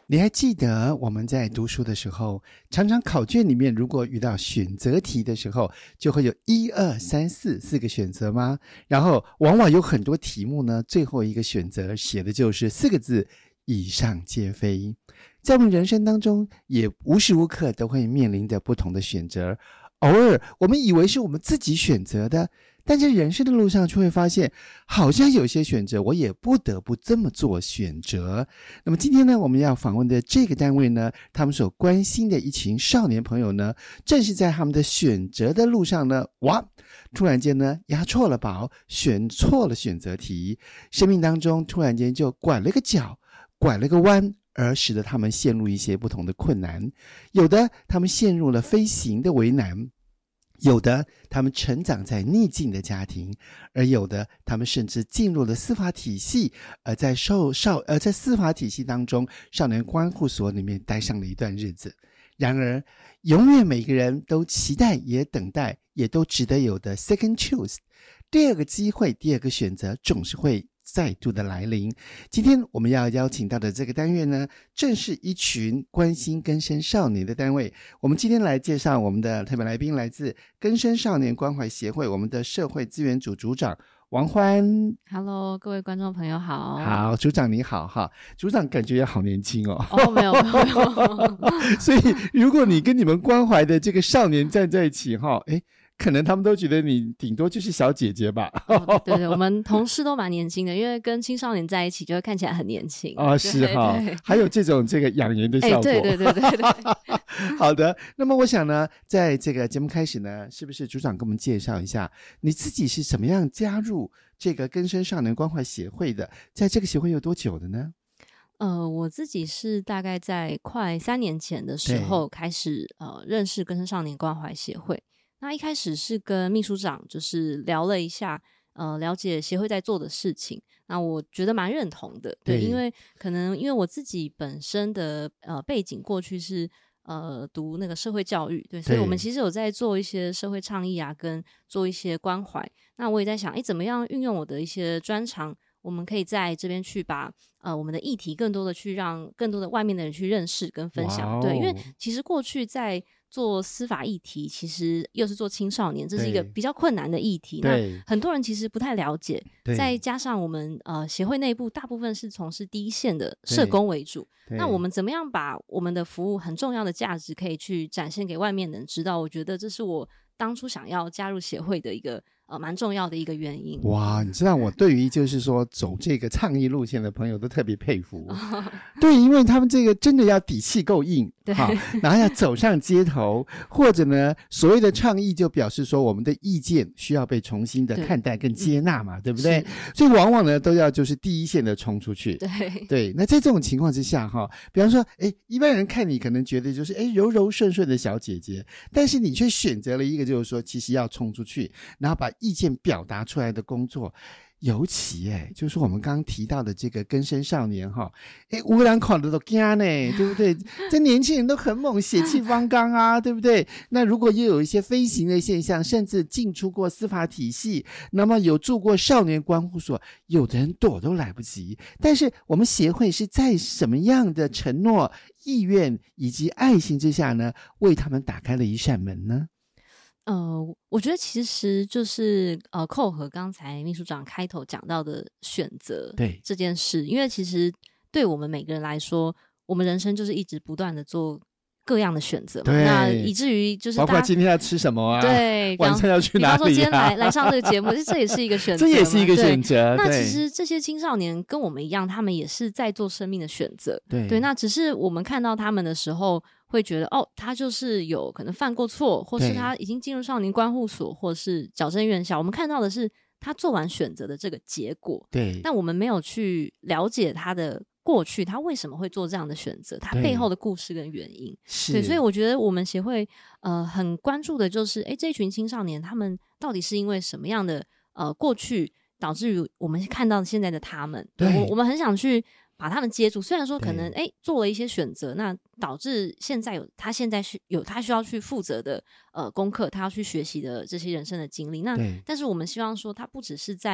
你还记得我们在读书的时候，常常考卷里面如果遇到选择题的时候，就会有1、2、3、4个选择吗？然后往往有很多题目呢，最后一个选择写的就是4个字：以上皆非。在我们人生当中，也无时无刻都会面临着不同的选择，偶尔我们以为是我们自己选择的，但在人生的路上却会发现，好像有些选择我也不得不这么做选择。那么今天呢，我们要访问的这个单位呢，他们所关心的一群少年朋友呢，正是在他们的选择的路上呢，突然间呢押错了宝，选错了选择题，生命当中突然间就拐了个角，拐了个弯，而使得他们陷入一些不同的困难。有的他们陷入了飞行的为难，有的他们成长在逆境的家庭，而有的他们甚至进入了司法体系，而在司法体系当中，少年关护所里面待上了一段日子。然而永远每个人都期待也等待，也都值得有的 second choice， 第二个机会，第二个选择总是会再度的来临。今天我们要邀请到的这个单元呢，正是一群关心更生少年的单位。我们今天来介绍我们的特别来宾，来自更生少年关怀协会，我们的社会资源组组长王欢。 Hello， 各位观众朋友好。 好，组长你好哈。组长感觉也好年轻哦。 没有所以如果你跟你们关怀的这个少年站在一起哈，可能他们都觉得你顶多就是小姐姐吧。 对，我们同事都蛮年轻的，因为跟青少年在一起就会看起来很年轻。 是哈，还有这种养颜的效果。 对。 好的，那么我想呢，在这个节目开始呢，是不是组长跟我们介绍一下你自己是怎么样加入这个更生少年关怀协会的？在这个协会有多久的呢？ 我自己是大概在快3年前的时候开始认识更生少年关怀协会。那一开始是跟秘书长就是聊了一下，了解协会在做的事情。那我觉得蛮认同的，对，因为我自己本身的背景过去是读那个社会教育，对，所以我们其实有在做一些社会倡议啊，跟做一些关怀。那我也在想，怎么样运用我的一些专长，我们可以在这边去把我们的议题更多的去让更多的外面的人去认识跟分享。对，因为其实过去在做司法议题，其实又是做青少年，这是一个比较困难的议题。那很多人其实不太了解，再加上我们协会内部大部分是从事第一线的社工为主。那我们怎么样把我们的服务很重要的价值可以去展现给外面的人知道？我觉得这是我当初想要加入协会的一个蛮重要的一个原因。 哇，你知道我对于就是说走这个倡议路线的朋友都特别佩服。对，因为他们这个真的要底气够硬，好，然后要走上街头，或者呢所谓的倡议就表示说我们的意见需要被重新的看待跟接纳嘛，对不对？所以往往呢都要就是第一线的冲出去。对，那在这种情况之下哈，比方说一般人看你可能觉得就是柔柔顺顺的小姐姐，但是你却选择了一个就是说其实要冲出去，然后把意见表达出来的工作。尤其就是我们刚刚提到的这个更生少年哈，有人看到都怕呢，对不对？这年轻人都很猛，血气方刚啊，对不对？那如果又有一些飞行的现象，甚至进出过司法体系，那么有住过少年关护所，有的人躲都来不及。但是我们协会是在什么样的承诺、意愿以及爱心之下呢，为他们打开了一扇门呢？ 我觉得其实就是扣合刚才秘书长开头讲到的选择这件事，因为其实对我们每个人来说，我们人生就是一直不断的做各样的选择嘛，那以至于就是包括今天要吃什么啊， 对， 晚上要去哪里啊， 比方说今天来上这个节目，这也是一个选择， 这也是一个选择。 那其实这些青少年跟我们一样，他们也是在做生命的选择，对，那只是我们看到他们的时候会觉得他就是有可能犯过错，或是他已经进入少年关护所或是矫正院校，我们看到的是他做完选择的这个结果，对，但我们没有去了解他的过去，他为什么会做这样的选择，他背后的故事跟原因。对，所以我觉得我们协会很关注的就是这群青少年他们到底是因为什么样的过去导致于我们看到现在的他们。对，我们很想去把他们接住，虽然说可能做了一些选择，那导致现在他需要去负责的功课，他要去学习的这些人生的经历，那但是我们希望说他不只是在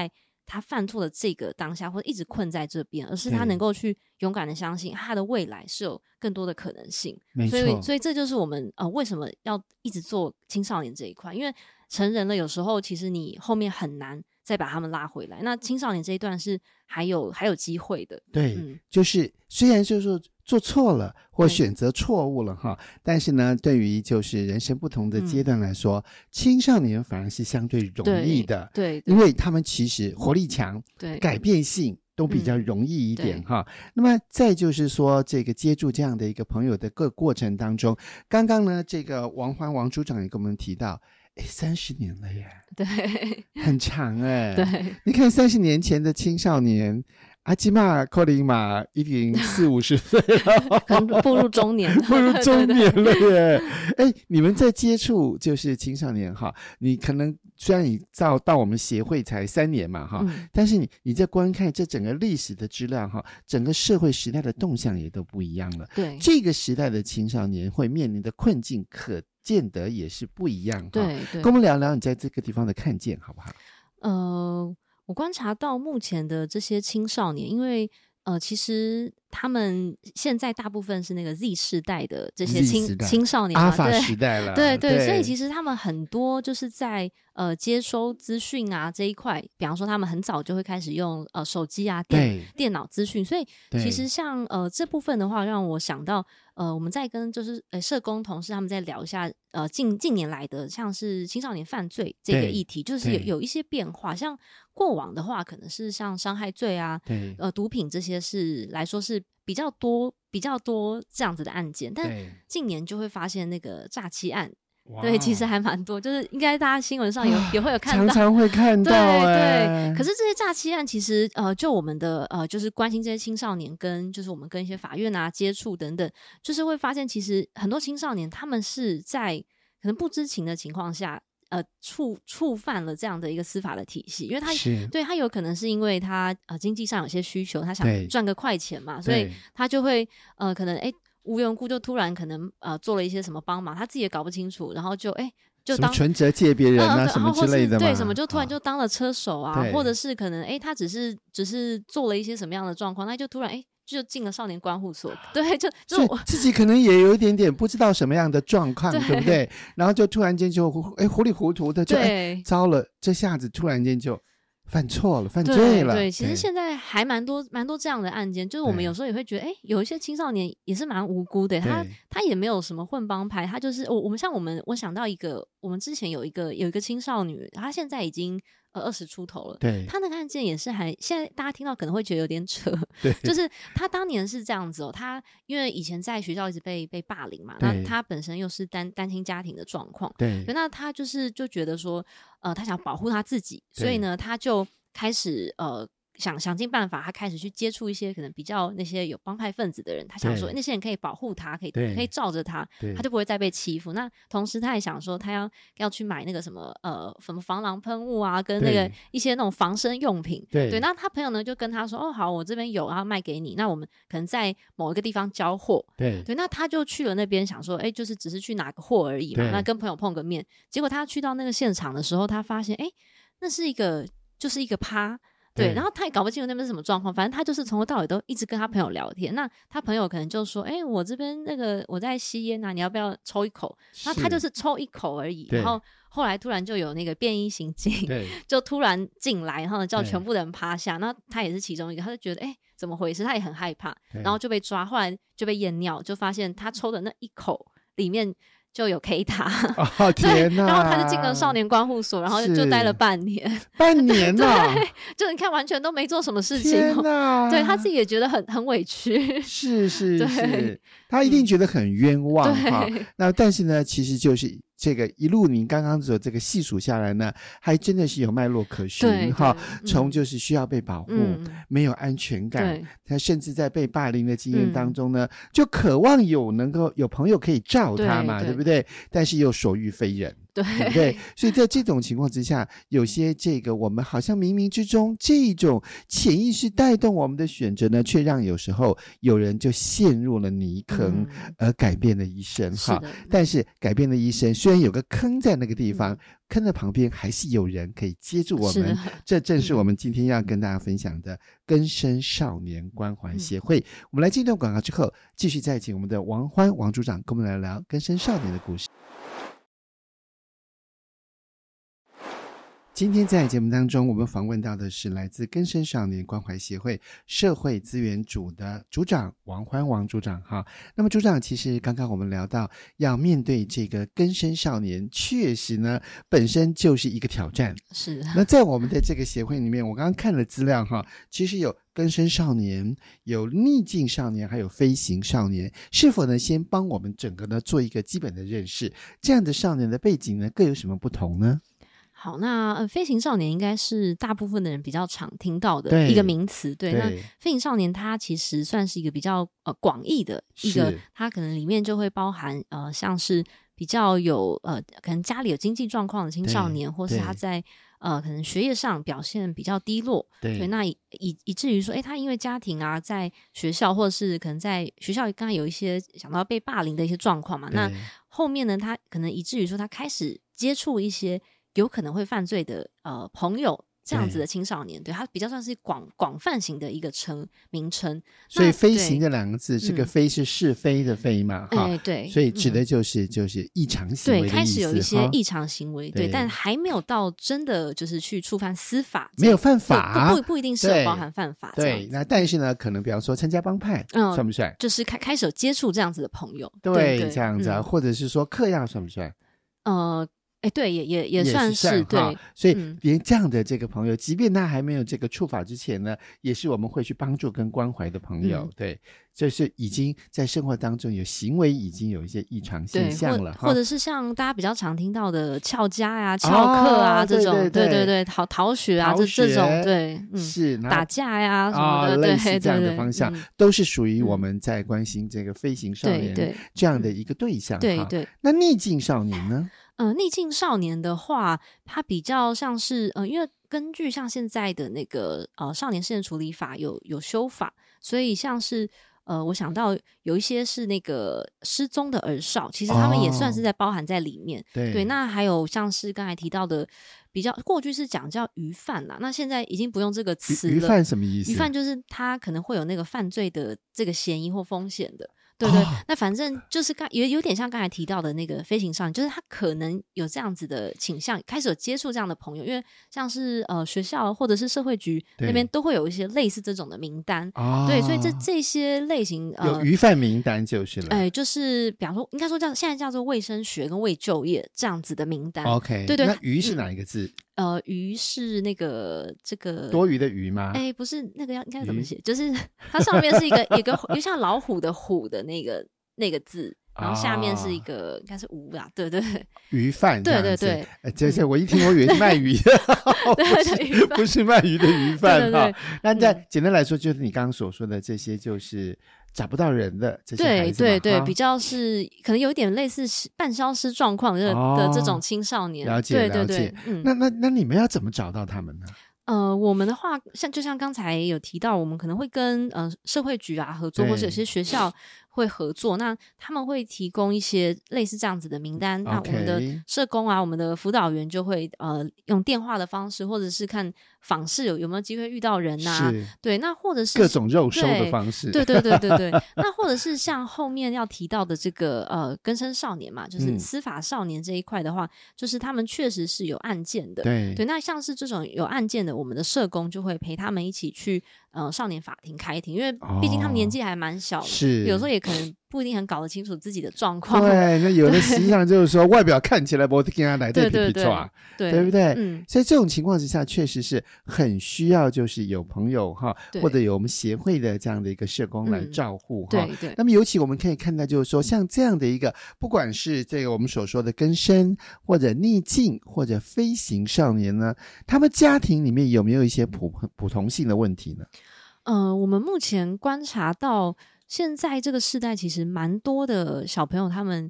他犯错的这个当下，或者一直困在这边，而是他能够去勇敢的相信他的未来是有更多的可能性。 没错， 所以这就是我们为什么要一直做青少年这一块，因为成人了有时候其实你后面很难再把他们拉回来，那青少年这一段是还有机会的。 对，就是虽然就是说做错了或选择错误了哈，但是呢，对于就是人生不同的阶段来说，青少年反而是相对容易的， 对， 因为他们其实活力强， 对， 改变性都比较容易一点哈。那么再就是说，这个接触这样的一个朋友的各过程当中，刚刚呢，这个王组长也跟我们提到，30年了耶， 对， 很长对， 你看30年前的青少年，阿基玛、柯林玛已经40-50岁了， 可能步入中年了， 步入中年了耶。你们在接触就是青少年哈，你可能虽然你到我们协会才3年嘛哈，但是你在观看这整个历史的质量哈，整个社会时代的动向也都不一样了。 对，这个时代的青少年会面临的困境可见得也是不一样。 对， 跟我们聊聊你在这个地方的看见好不好？ 我观察到目前的这些青少年，因为其实他们现在大部分是那个 Z 世代的这些青少年， 阿法时代了， 对，所以其实他们很多就是在接收资讯啊这一块，比方说他们很早就会开始用手机啊电脑资讯，所以其实像这部分的话，让我想到我们在跟就是社工同事他们在聊一下近年来的像是青少年犯罪这个议题，就是有一些变化，像过往的话可能是像伤害罪啊毒品这些是来说是比较多这样子的案件，但近年就会发现那个诈欺案，对，其实还蛮多，就是应该大家新闻上也会有看到， 常常会看到， 对。可是这些诈欺案其实就我们的就是关心这些青少年跟就是我们跟一些法院啊接触等等，就是会发现其实很多青少年他们是在可能不知情的情况下触犯了这样的一个司法的体系，因为他有可能是因为他经济上有些需求，他想赚个快钱嘛，所以他就会可能无缘无故就突然可能做了一些什么帮忙，他自己也搞不清楚，然后就当存折借别人啊什么之类的嘛， 对，什么就突然就当了车手啊，或者是可能他只是做了一些什么样的状况，那就突然就进了少年观护所，对，就自己可能也有一点点不知道什么样的状况，对不对？然后就突然间就糊里糊涂的就糟了，这下子突然间就犯错了，犯罪了。 对，其实现在还蛮多这样的案件，就是我们有时候也会觉得，有一些青少年也是蛮无辜的，他也没有什么混帮派，他就是我想到一个，我们之前有一个青少女，她现在已经20出头了， 对， 他那个案件也是现在大家听到可能会觉得有点扯， 对， 就是他当年是这样子他因为以前在学校一直被霸凌嘛，那他本身又是单亲家庭的状况， 对， 那他就觉得说他想保护他自己，所以呢他就开始想尽办法，他开始去接触一些可能比较那些有帮派分子的人，他想说那些人可以保护他，可以罩着他，他就不会再被欺负。那同时他也想说，他要去买那个什么防狼喷雾啊，跟那个一些那种防身用品。对，那他朋友呢就跟他说，好，我这边有，然后卖给你。那我们可能在某一个地方交货。对，那他就去了那边，想说，就是只是去拿个货而已嘛。那跟朋友碰个面，结果他去到那个现场的时候，他发现，那是就是一个趴。对，然后他也搞不清楚那边是什么状况，反正他就是从头到尾都一直跟他朋友聊天。那他朋友可能就说：“我这边那个我在吸烟啊，你要不要抽一口？”那他就是抽一口而已。然后后来突然就有那个便衣刑警就突然进来，然后叫全部的人趴下。那他也是其中一个，他就觉得怎么回事？他也很害怕，然后就被抓。后来就被验尿，就发现他抽的那一口里面就有 K 他， 天哪！ 然后他就进了少年观护所，然后就待了半年。 半年啊！ 对，就你看完全都没做什么事情。 天哪！ 对，他自己也觉得很委屈。 是，他一定觉得很冤枉哈。那但是呢，其实就是这个一路你刚刚这个细数下来呢，还真的是有脉络可循哈。从就是需要被保护，没有安全感，他甚至在被霸凌的经验当中呢，就渴望能够有朋友可以罩他嘛，对不对？但是又所欲非人。 对对不对？所以在这种情况之下，有些这个我们好像冥冥之中这种潜意识带动我们的选择呢，却让有时候有人就陷入了泥坑，而改变了一生哈。但是改变了一生，虽然有个坑在那个地方，坑的旁边还是有人可以接住我们，这正是我们今天要跟大家分享的更生少年关怀协会。我们来进一段广告之后，继续再请我们的王欢王组长跟我们来聊更生少年的故事。今天在节目当中，我们访问到的是来自更生少年关怀协会社会资源组的组长王欢王组长哈。那么组长，其实刚刚我们聊到要面对这个更生少年，确实呢本身就是一个挑战。 是。 那在我们的这个协会里面，我刚刚看了资料哈，其实有更生少年，有逆境少年，还有飞行少年。是否呢先帮我们整个呢做一个基本的认识，这样的少年的背景呢各有什么不同呢？ 好，那飞行少年应该是大部分的人比较常听到的一个名词。对，那飞行少年它其实算是一个比较广义的一个，它可能里面就会包含像是比较有可能家里有经济状况的青少年，或是他在可能学业上表现比较低落，对，那以至于说他因为家庭啊，在学校或者是可能在学校刚才有一些想到被霸凌的一些状况嘛，那后面呢他可能以至于说他开始接触一些有可能会犯罪的朋友，这样子的青少年，对，它比较算是广泛型的一个名称。 所以飞行这两个字，这个飞是是非的非嘛， 对， 所以指的就是异常行为的意思， 对，开始有一些异常行为，对，但还没有到真的就是去触犯司法， 没有犯法， 不一定是有包含犯法， 对，那但是呢，可能比方说参加帮派，算不算？ 就是开始有接触这样子的朋友， 对，这样子啊，或者是说嗑药算不算？ 对，也算是对， 所以连这样的这个朋友，即便他还没有这个触法之前呢，也是我们会去帮助跟关怀的朋友，对，就是已经在生活当中有行为已经有一些异常现象了， 或者是像大家比较常听到的翘家呀、翘课啊这种，对，逃学啊这种，对， 是打架呀什么的， 类似这样的方向，都是属于我们在关心这个飞行少年这样的一个对象， 对。 那逆境少年呢？ 逆境少年的话，它比较像是因为根据像现在的那个少年事件处理法有修法，所以像是我想到有一些是那个失踪的儿少，其实他们也算是在包含在里面。对，那还有像是刚才提到的，比较过去是讲叫鱼贩啦，那现在已经不用这个词了。 鱼贩什么意思？ 鱼贩就是他可能会有那个犯罪的这个嫌疑或风险的。对，那反正就是也有点像刚才提到的那个飞行少年，就是他可能有这样子的倾向，开始有接触这样的朋友，因为像是学校或者是社会局那边都会有一些类似这种的名单，对，所以这些类型有鱼贩名单就是了， 就是比方说应该说现在叫做卫生学跟卫就业这样子的名单。 OK， 对， 那鱼是哪一个字？ 鱼是那个这个多余的鱼吗？ 不是，那个应该怎么写？就是它上面是一个有像老虎的虎的那个字，然后下面是一个应该是无啦，对， 鱼贩， 对， 这我一听我以为是卖鱼的，对，不是卖鱼的鱼贩哈。那简单来说，就是你刚刚所说的这些，就是找不到人的这些孩子嘛， 对，比较是可能有点类似半消失状况的这种青少年。 了解，对。那你们要怎么找到他们呢？ 我们的话，就像刚才有提到，我们可能会跟社会局啊合作，或者有些学校会合作，那他们会提供一些类似这样子的名单，那我们的社工啊，我们的辅导员就会用电话的方式，或者是看访视有没有机会遇到人啊，对，那或者是各种肉收的方式， 对，那或者是像后面要提到的这个更生少年嘛，就是司法少年这一块的话，就是他们确实是有案件的，对，那像是这种有案件的，我们的社工就会陪他们一起去少年法庭开庭，因为毕竟他们年纪还蛮小的，是有时候也可能不一定很搞得清楚自己的状况。 对，那有的实际上就是说外表看起来不跟他来对比抓，对不对？所以这种情况之下，确实是很需要就是有朋友哈，或者有我们协会的这样的一个社工来照顾哈。对。那么尤其我们可以看到，就是说像这样的一个，不管是这个我们所说的更生或者逆境或者飞行少年呢，他们家庭里面有没有一些普同性的问题呢？ 我们目前观察到，现在这个世代其实蛮多的小朋友，他们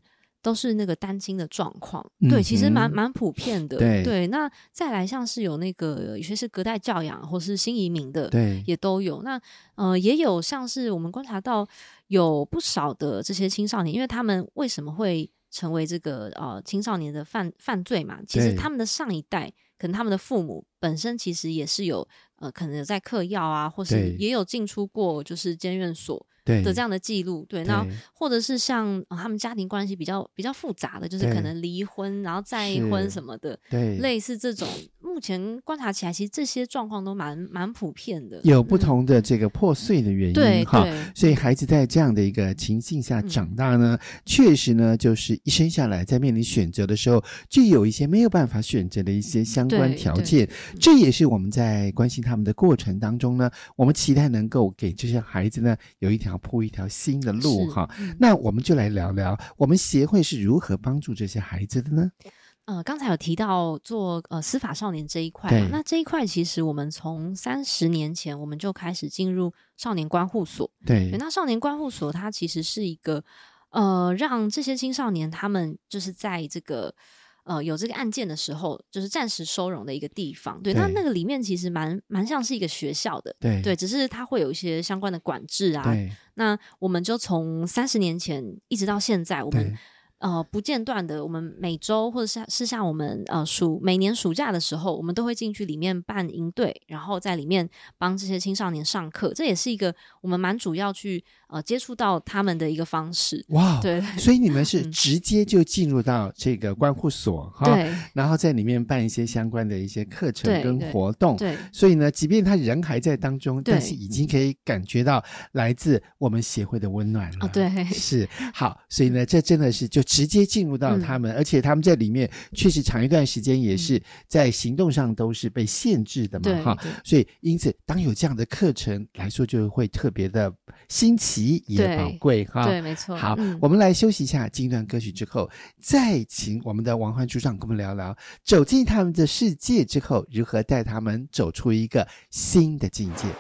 都是那个单亲的状况，对，其实蛮普遍的，对。那再来像是有那个有些是隔代教养或是新移民的， 对， 也都有。那也有像是我们观察到有不少的这些青少年，因为他们为什么会成为这个青少年的犯罪嘛？其实他们的上一代，可能他们的父母本身其实也是有可能有在嗑药啊，或是也有进出过就是监院所的这样的记录，对，那或者是像他们家庭关系比较复杂的，就是可能离婚然后再婚什么的， 对， 类似这种，目前观察起来，其实这些状况都蛮普遍的， 有不同的这个破碎的原因， 对， 所以孩子在这样的一个情境下长大呢，确实呢，就是一生下来在面临选择的时候，就有一些没有办法选择的一些相关条件，这也是我们在关心他们的过程当中呢，我们期待能够给这些孩子呢有铺一条新的路哈。那我们就来聊聊我们协会是如何帮助这些孩子的呢？ 刚才有提到做司法少年这一块嘛，那这一块其实我们从30年前我们就开始进入少年观护所，对，那少年观护所它其实是一个让这些青少年他们就是在这个有这个案件的时候，就是暂时收容的一个地方。对，那个里面其实蛮像是一个学校的，对，只是它会有一些相关的管制啊。对，那我们就从30年前一直到现在，我们不间断的，我们每周或者是像我们每年暑假的时候，我们都会进去里面办营队，然后在里面帮这些青少年上课，这也是一个我们蛮主要去接触到他们的一个方式。 哇， 对， 所以你们是直接就进入到这个观护所对，然后在里面办一些相关的一些课程跟活动。对，所以呢，即便他人还在当中，但是已经可以感觉到来自我们协会的温暖了。 对， 是好，所以呢，这真的是就直接进入到他们，而且他们在里面确实长一段时间也是在行动上都是被限制的嘛，哈，所以因此当有这样的课程来说，就会特别的新奇也宝贵哈。 对，没错。 好，我们来休息一下，进一段歌曲之后，再请我们的王焕组长跟我们聊聊，走进他们的世界之后，如何带他们走出一个新的境界。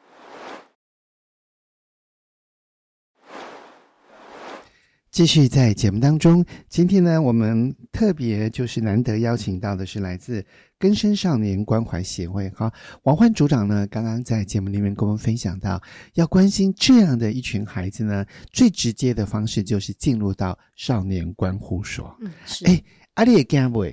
继续在节目当中，今天呢，我们特别就是难得邀请到的是来自更生少年关怀协会哈，王焕组长呢，刚刚在节目里面跟我们分享到，要关心这样的一群孩子呢，最直接的方式就是进入到少年观护所。 是。 阿里也惊不？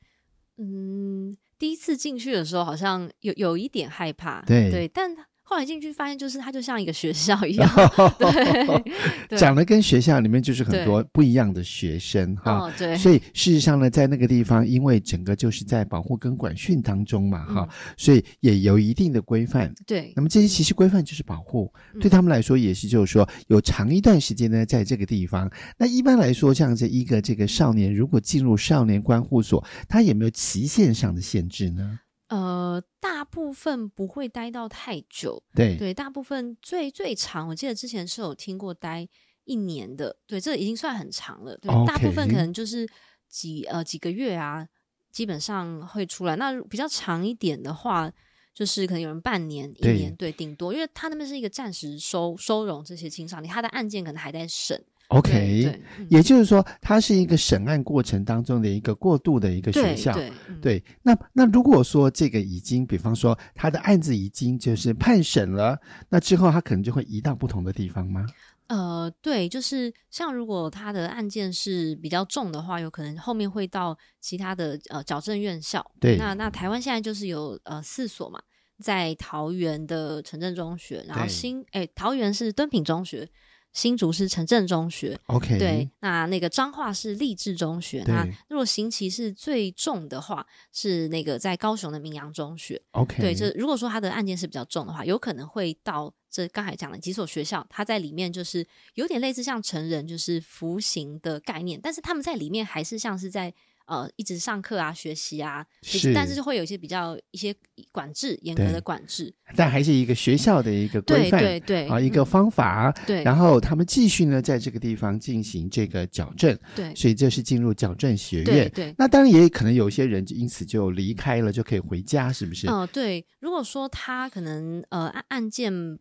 第一次进去的时候，好像有一点害怕，对，但后来进去发现，就是它就像一个学校一样，对， 讲的跟学校里面就是很多不一样的学生哈， 对， 所以事实上呢，在那个地方，因为整个就是在保护跟管训当中嘛哈，所以也有一定的规范， 对， 那么这些其实规范就是保护，对他们来说也是就是说有长一段时间呢在这个地方。那一般来说，像这一个这个少年如果进入少年观护所，他有没有期限上的限制呢？ 大部分不会待到太久，对，大部分最长，我记得之前是有听过待1年的，对，这已经算很长了，对，大部分可能就是几个月啊，基本上会出来。那比较长一点的话，就是可能有人半年、1年，对，顶多，因为他那边是一个暂时收容这些青少年，他的案件可能还在审。 OK， 也就是说它是一个审案过程当中的一个过渡的一个学校。对，那如果说这个已经比方说他的案子已经就是判审了，那之后他可能就会移到不同的地方吗？ 对，就是像如果他的案件是比较重的话，有可能后面会到其他的矫正院校。对，那台湾现在就是有4所嘛，在桃园的城镇中学，然后桃园是敦品中学，新竹是城镇中学 ，OK， 对，那个彰化是励志中学，那如果刑期是最重的话，是那个在高雄的明阳中学 ，OK， 对，这如果说他的案件是比较重的话，有可能会到这刚才讲的几所学校，他在里面就是有点类似像成人就是服刑的概念，但是他们在里面还是像是在一直上课啊、学习啊，但是就会有一些一些管制，严格的管制， 但还是一个学校的一个规范，对一个方法，对，然后他们继续呢在这个地方进行这个矫正，对，所以这是进入矫正学院，对，那当然也可能有些人因此就离开了，就可以回家，是不是？ 对，如果说他可能案件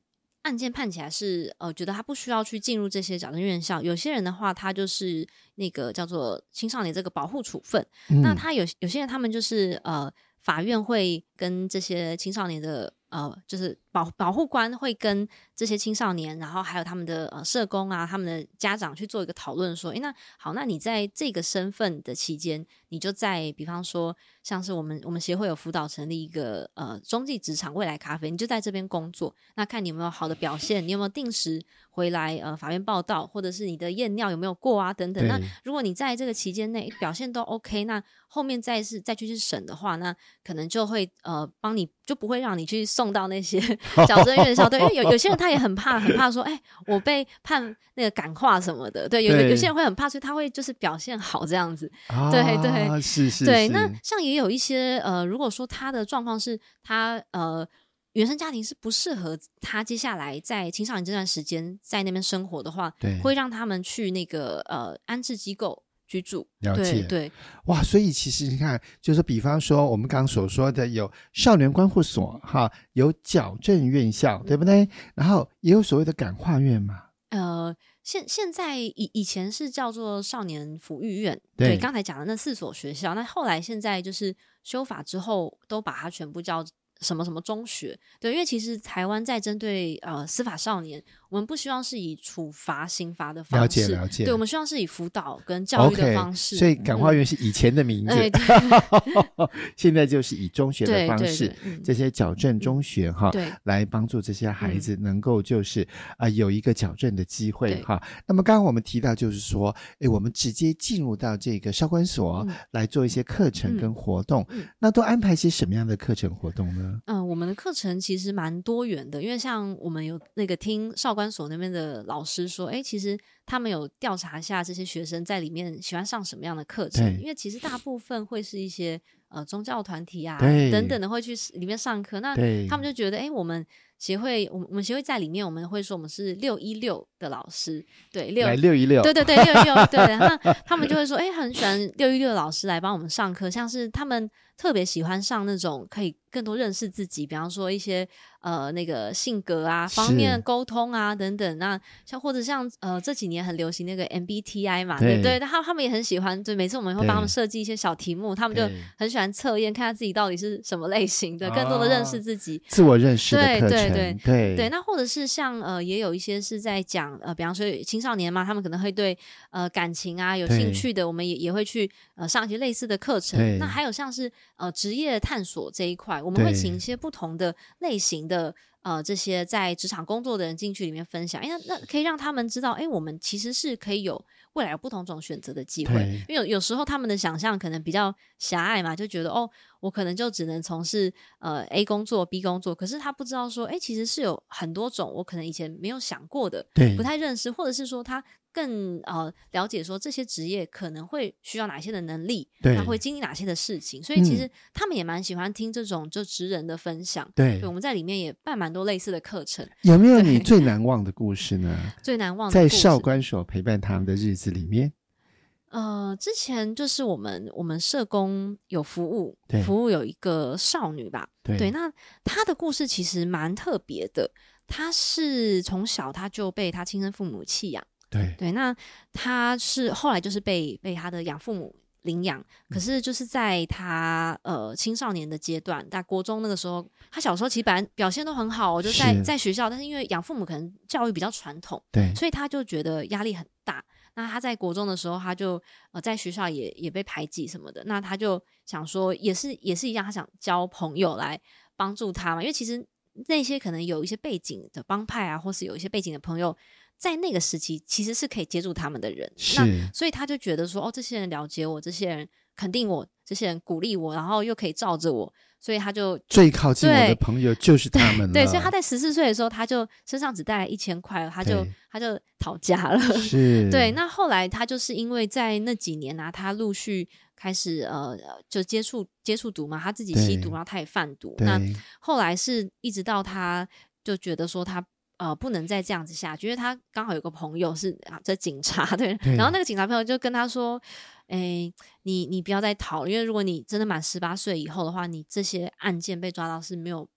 案件判起来是觉得他不需要去进入这些矫正院校，有些人的话他就是那个叫做青少年这个保护处分，那他有些人他们就是法院会跟这些青少年的就是保护官会跟这些青少年，然后还有他们的社工啊，他们的家长去做一个讨论，说，那好，那你在这个身份的期间，你就在比方说像是我们协会有辅导成立一个中继职场未来咖啡，你就在这边工作，那看你有没有好的表现，你有没有定时回来法院报到，或者是你的验尿有没有过啊等等。那如果你在这个期间内表现都 OK， 那后面再去审的话，那可能就会帮你，就不会让你去送到那些矫正院校。对，因为有些人他也很怕说，我被判那个感化什么的。对，有些人会很怕，所以他会就是表现好这样子。对对， 是。 对，那像也有一些如果说他的状况是他原生家庭是不适合他接下来在青少年这段时间在那边生活的话，会让他们去那个安置机构居住。 了解， 对， 哇，所以其实你看，就是比方说我们刚刚所说的有少年观护所哈，有矫正院校，对不对？然后也有所谓的感化院嘛。 现在以前是叫做少年抚育院，对，刚才讲的那4所学校，那后来现在就是修法之后都把它全部叫什么什么中学。对，因为其实台湾在针对司法少年，我们不希望是以处罚刑罚的方式， 了解， 对，我们希望是以辅导跟教育的方式。 所以感化院是以前的名字，现在就是以中学的方式，这些矫正中学哈，来帮助这些孩子能够就是有一个矫正的机会哈。那么刚刚我们提到就是说，我们直接进入到这个少管所来做一些课程跟活动，那都安排些什么样的课程活动呢？ 我们的课程其实蛮多元的，因为像我们有那个听少管所那边的老师说，其实他们有调查一下这些学生在里面喜欢上什么样的课程，因为其实大部分会是一些宗教团体啊等等的会去里面上课，那他们就觉得我们协会，我们协会在里面，我们会说我们是616的老师，对， 来616， 对616，对，那他们就会说，很喜欢616的老师来帮我们上课，像是他们特别喜欢上那种可以更多认识自己，比方说一些那个性格啊方面沟通啊等等，那或者像这几年很流行那个 MBTI 嘛，对，他们也很喜欢，对，每次我们会帮他们设计一些小题目，他们就很喜欢测验，看他自己到底是什么类型的，更多的认识自己， 自我认识的课程， 对，那或者是像也有一些是在讲比方说青少年嘛，他们可能会对感情啊有兴趣的，我们也会去上一些类似的课程。那还有像是职业探索这一块，我们会请一些不同的类型的这些在职场工作的人进去里面分享，那可以让他们知道，我们其实是可以有未来有不同种选择的机会，因为有时候他们的想象可能比较狭隘嘛，就觉得我可能就只能从事A 工作 B 工作，可是他不知道说其实是有很多种我可能以前没有想过的，不太认识，或者是说他更了解说这些职业可能会需要哪些的能力，他会经历哪些的事情，所以其实他们也蛮喜欢听这种就职人的分享，对，我们在里面也办蛮多类似的课程。 有没有你最难忘的故事呢？ 最难忘的故事， 在少管所陪伴他们的日子里面， 之前就是我们社工有服务有一个少女吧，对，那她的故事其实蛮特别的，她是从小她就被她亲生父母弃养，对，那她是后来就是被她的养父母领养，可是就是在她青少年的阶段，在国中那个时候，她小时候其实本来表现都很好，就在学校，但是因为养父母可能教育比较传统，所以她就觉得压力很大。那他在国中的时候，他就在学校也被排挤什么的。那他就想说，也是一样，他想交朋友来帮助他嘛。因为其实那些可能有一些背景的帮派啊，或是有一些背景的朋友，在那个时期其实是可以接住他们的人。那所以他就觉得说，这些人了解我，这些人肯定我，这些人鼓励我，然后又可以罩着我。所以他就最靠近我的朋友就是他们了。 对，所以他在14岁的时候，他就身上只带来1000块，他就逃家了。是，对。那后来他就是因为在那几年啊，他陆续开始就接触毒嘛，他自己吸毒，然后他也贩毒。那后来是一直到他就觉得说他不能再这样子下去，因为他刚好有个朋友是这警察，对，然后那个警察朋友就跟他说，你不要再逃了，因为如果你真的满18岁以后的话，你这些案件被抓到是没有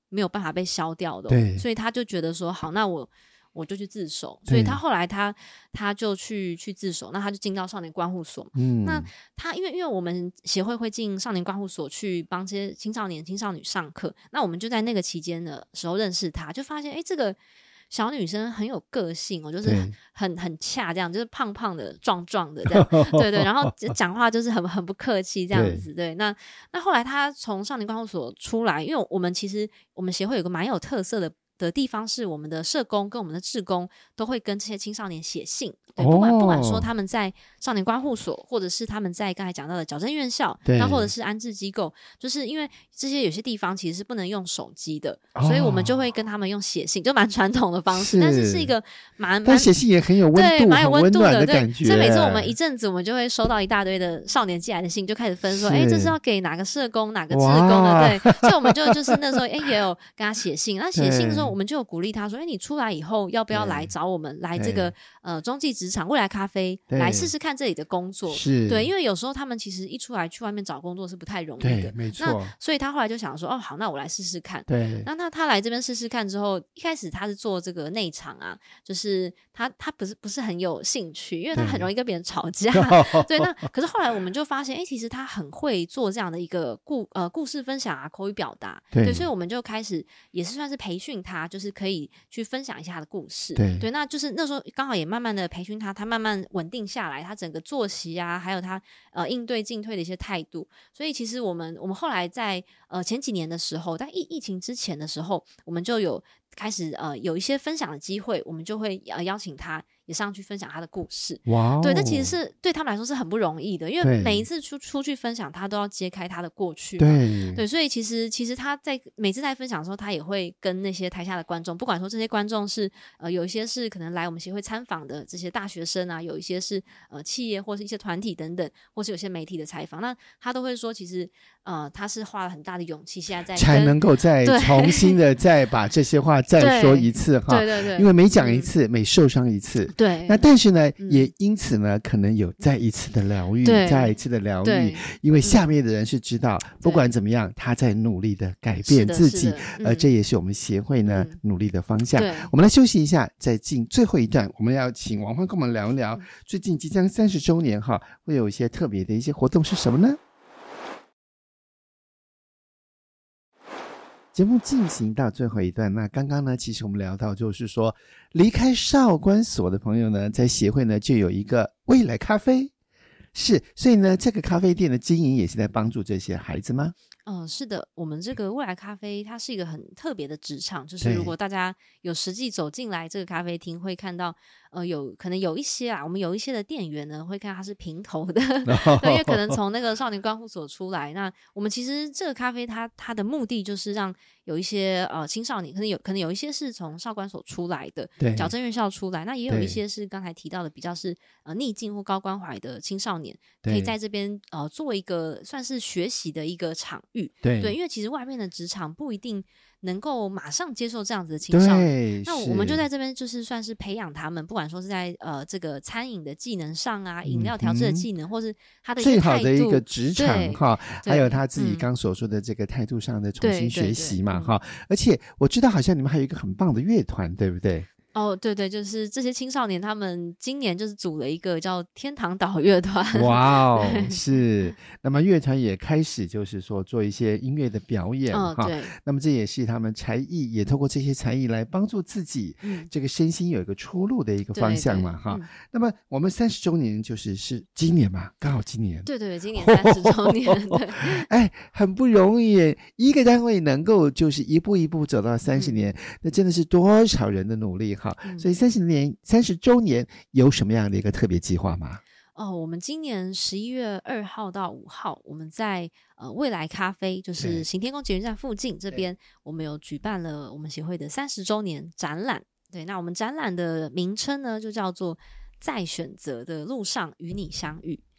没有办法被消掉的、 对， 所以他就觉得说好，那我就去自首，所以他后来他就去自首，那他就进到少年观护所。那他因为我们协会会进少年观护所去帮这些青少年青少女上课，那我们就在那个期间的时候认识他，就发现这个小女生很有个性就是很恰这样，就是胖胖的壮壮的这样对对，然后讲话就是很不客气这样子。对，那后来他从少年观护所出来，因为我们其实我们协会有个蛮有特色的地方是我们的社工跟我们的志工都会跟这些青少年写信，对，不管说他们在少年观护所，或者是他们在刚才讲到的矫正院校，那或者是安置机构，就是因为这些有些地方其实是不能用手机的，所以我们就会跟他们用写信，就蛮传统的方式，但是一个但写信也很有温度， 对，蛮有温度的感觉。 所以每次我们一阵子，我们就会收到一大堆的少年寄来的信，就开始分说，这是要给哪个社工哪个志工的，对，所以我们就是那时候也有跟他写信，那写信的时候我们就有鼓励他说你出来以后要不要来找我们，来这个中继职场未来咖啡来试试看这里的工作，对，因为有时候他们其实一出来去外面找工作是不太容易的， 没错。 那所以他后来就想说好，那我来试试看。 对， 那他来这边试试看之后，一开始他是做这个内场啊，就是他不是很有兴趣，因为他很容易跟别人吵架对，那可是后来我们就发现其实他很会做这样的一个故事分享啊，口语表达，对，所以我们就开始也是算是培训他，就是可以去分享一下他的故事，对，那就是那时候刚好也慢慢的培训他慢慢稳定下来，他整个作息啊，还有他应对进退的一些态度，所以其实我们后来在前几年的时候，在疫情之前的时候，我们就有开始有一些分享的机会，我们就会邀请他也上去分享他的故事。 哇， 对，这其实是对他们来说是很不容易的，因为每一次出去分享，他都要揭开他的过去嘛。对，所以其实他在每次在分享的时候，他也会跟那些台下的观众，不管说这些观众是有一些是可能来我们协会参访的这些大学生啊，有一些是企业或是一些团体等等，或是有些媒体的采访，那他都会说，其实他是花了很大的勇气，现在才能够再重新的再把这些话再说一次哈。 对对对， 因为每讲一次，每受伤一次。 对， 那但是呢，也因此呢，可能有再一次的疗愈，再一次的疗愈，因为下面的人是知道，不管怎么样，他在努力的改变自己，这也是我们协会呢努力的方向。我们来休息一下，再进最后一段，我们要请王欢跟我们聊一聊最近即将30周年哈，会有一些特别的一些活动是什么呢？节目进行到最后一段，那刚刚呢，其实我们聊到就是说，离开少管所的朋友呢，在协会呢就有一个未来咖啡，是，所以呢，这个咖啡店的经营也是在帮助这些孩子吗？ 是的，我们这个未来咖啡它是一个很特别的职场，就是如果大家有实际走进来这个咖啡厅，会看到可能有一些我们有一些的店员呢会看到他是平头的对，因为可能从那个少年观护所出来，那我们其实这个咖啡它的目的就是让有一些青少年，可能有一些是从少管所出来的，矫正院校出来，那也有一些是刚才提到的比较是逆境或高关怀的青少年，可以在这边做一个算是学习的一个场域。对，因为其实外面的职场不一定能够马上接受这样子的青少年，那我们就在这边就是算是培养他们，不管说是在这个餐饮的技能上啊，饮料调制的技能，或是他的一最好的一个职场哈，还有他自己刚所说的这个态度上的重新学习嘛哈。而且我知道好像你们还有一个很棒的乐团，对不对？ 对对，就是这些青少年他们今年就是组了一个叫天堂岛乐团。 哇哦，是。那么乐团也开始就是说做一些音乐的表演对。 那么这也是他们才艺，也透过这些才艺来帮助自己这个身心有一个出路的一个方向嘛哈。那么我们30周年是今年嘛，刚好今年。 对对，今年30周年。 对，很不容易，一个单位能够就是一步一步走到30年，那真的是多少人的努力哈。所以30周年有什么样的一个特别计划吗？ 我们今年11月2号到5号，我们在未来咖啡，就是行天宫捷运站附近这边，我们有举办了我们协会的30周年展览。对，那我们展览的名称呢，就叫做在选择的路上与你相遇。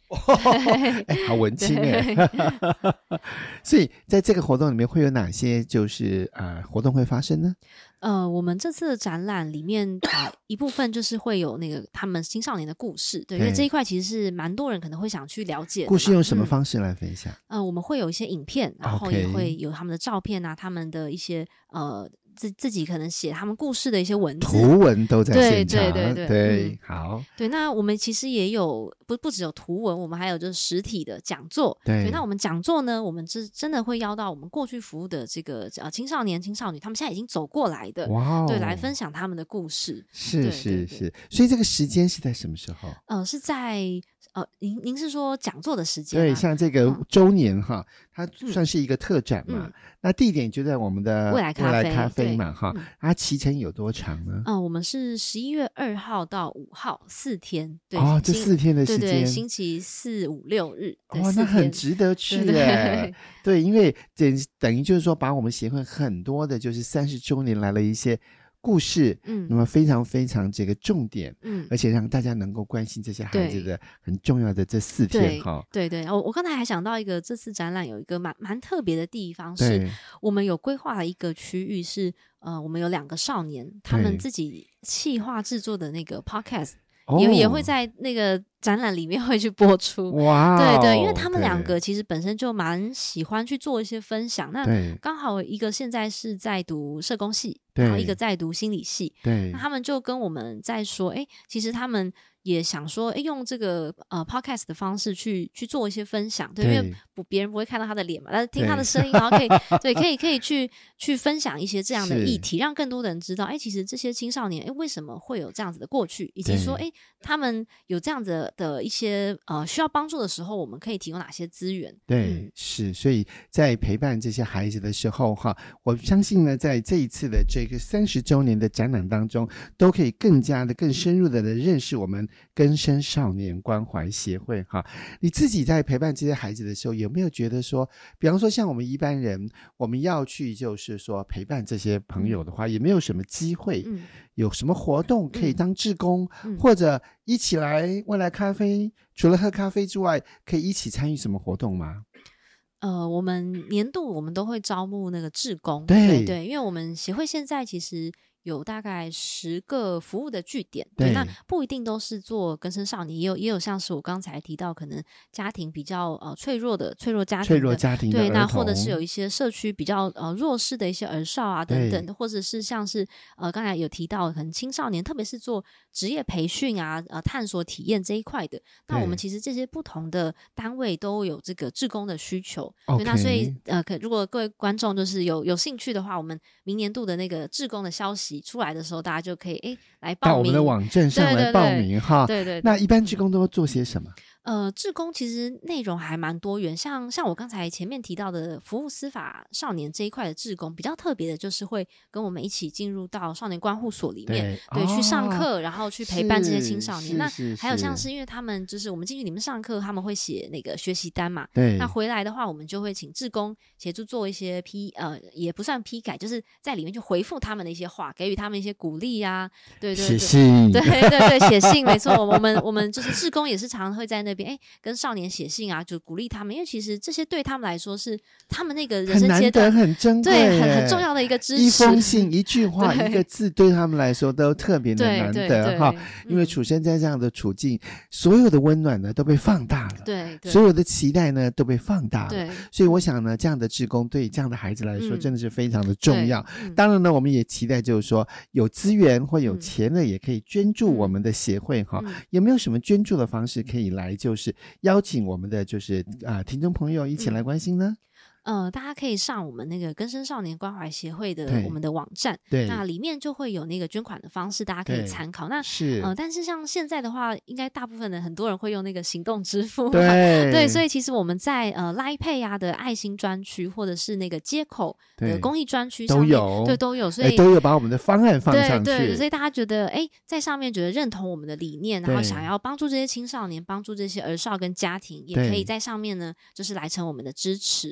好文青所以在这个活动里面会有哪些就是活动会发生呢？ 我们这次的展览里面一部分就是会有那个他们青少年的故事，对，因为这一块其实是蛮多人可能会想去了解的。 故事用什么方式来分享？ 我们会有一些影片，然后也会有他们的照片啊，他们的一些自己可能写他们故事的一些文字图文都在现场， 对， 好， 对。那我们其实也有不只有图文，我们还有就是实体的讲座，对。那我们讲座呢，我们真的会邀到我们过去服务的这个青少年、青少女，他们现在已经走过来的，对，来分享他们的故事， 是。所以这个时间是在什么时候？ 是在您是说讲座的时间？ 对，像这个周年它算是一个特展嘛，那地点就在我们的未来咖啡嘛它期程有多长呢？ 我们是11月2号到5号4天，对， 这4天的时间， 对，星期4、5、6日， 那很值得去对，因为等于就是说把我们协会很多的就是30周年来了一些故事，那么非常非常这个重点，而且让大家能够关心这些孩子的很重要的这4天对，我刚才还想到一个，这次展览有一个蛮特别的地方，是我们有规划了一个区域是我们有2个少年他们自己企划制作的那个 podcast，也会在那个展览里面会去播出。对，因为他们2个其实本身就蛮喜欢去做一些分享，那刚好一个现在是在读社工系，然后一个在读心理系，那他们就跟我们在说其实他们也想说用这个podcast 的方式去做一些分享，对，因为别人不会看到他的脸嘛，但是听他的声音，然后可以去分享一些这样的议题，让更多的人知道其实这些青少年为什么会有这样子的过去，以及说他们有这样子的一些需要帮助的时候，我们可以提供哪些资源。 对，是。所以在陪伴这些孩子的时候我相信呢，在这一次的这个30周年的展览当中，都可以更深入的认识我们更生少年关怀协会你自己在陪伴这些孩子的时候，有没有觉得说，比方说像我们一般人，我们要去就是说陪伴这些朋友的话，有没有什么机会，有什么活动可以当志工，或者一起来未来咖啡，除了喝咖啡之外，可以一起参与什么活动吗？ 我们年度我们都会招募那个志工， 对， 因为我们协会现在其实有大概10个服务的据点，对，那不一定都是做更生少年，也有像是我刚才提到可能家庭比较脆弱家庭的对，那或者是有一些社区比较弱势的一些儿少啊等等的，或者是像是刚才有提到可能青少年，特别是做职业培训啊探索体验这一块的，那我们其实这些不同的单位都有这个志工的需求，对，那所以如果各位观众就是有兴趣的话，我们明年度的那个志工的消息出来的时候，大家就可以来报名， 到我们的网站上来报名对。 那一般志工都要做些什么？ 志工其实内容还蛮多元，像我刚才前面提到的服务司法少年这一块的志工，比较特别的就是会跟我们一起进入到少年关护所里面，对，去上课，然后去陪伴这些青少年。那还有像是因为他们就是我们进去里面上课，他们会写那个学习单嘛， 对， 那回来的话，我们就会请志工协助做一些也不算批改，就是在里面去回复他们的一些话，给予他们一些鼓励啊，对， 写信， 对，写信，没错，我们就是志工也是常常会在那边跟少年写信啊，就鼓励他们，因为其实这些对他们来说是他们那个人生阶段很珍贵， 对，很重要的一个支持。 一封信、一句话、一个字，对他们来说都特别的难得因为处身在这样的处境，所有的温暖呢都被放大了， 对， 所有的期待呢都被放大了， 对。 所以我想呢，这样的志工对这样的孩子来说真的是非常的重要。当然呢，我们也期待就是说有资源或有钱的也可以捐助我们的协会有没有什么捐助的方式可以来就是邀请我们的就是听众朋友一起来关心呢？ 大家可以上我们那个更生少年关怀协会的我们的网站， 对， 那里面就会有那个捐款的方式，大家可以参考。那是但是像现在的话，应该大部分的很多人会用那个行动支付，对，所以其实我们在Line Pay 的爱心专区，或者是那个街口的公益专区上面都有，所以都有把我们的方案放上去， 对，所以大家觉得在上面觉得认同我们的理念，然后想要帮助这些青少年，帮助这些儿少跟家庭，也可以在上面呢，就是来成我们的支持。 对，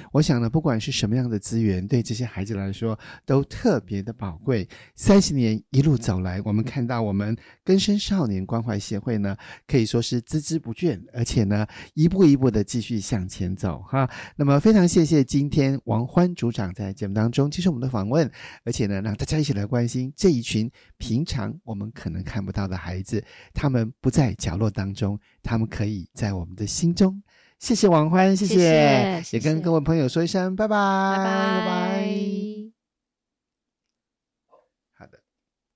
我想呢，不管是什么样的资源，对这些孩子来说都特别的宝贵。30年一路走来，我们看到我们更生少年关怀协会呢，可以说是孜孜不倦，而且呢一步一步的继续向前走哈。那么非常谢谢今天王欢组长在节目当中接受我们的访问，而且呢让大家一起来关心这一群平常我们可能看不到的孩子，他们不在角落当中，他们可以在我们的心中。谢谢王欢，谢谢， 谢谢也跟各位朋友说一声拜拜， 拜拜。 拜拜。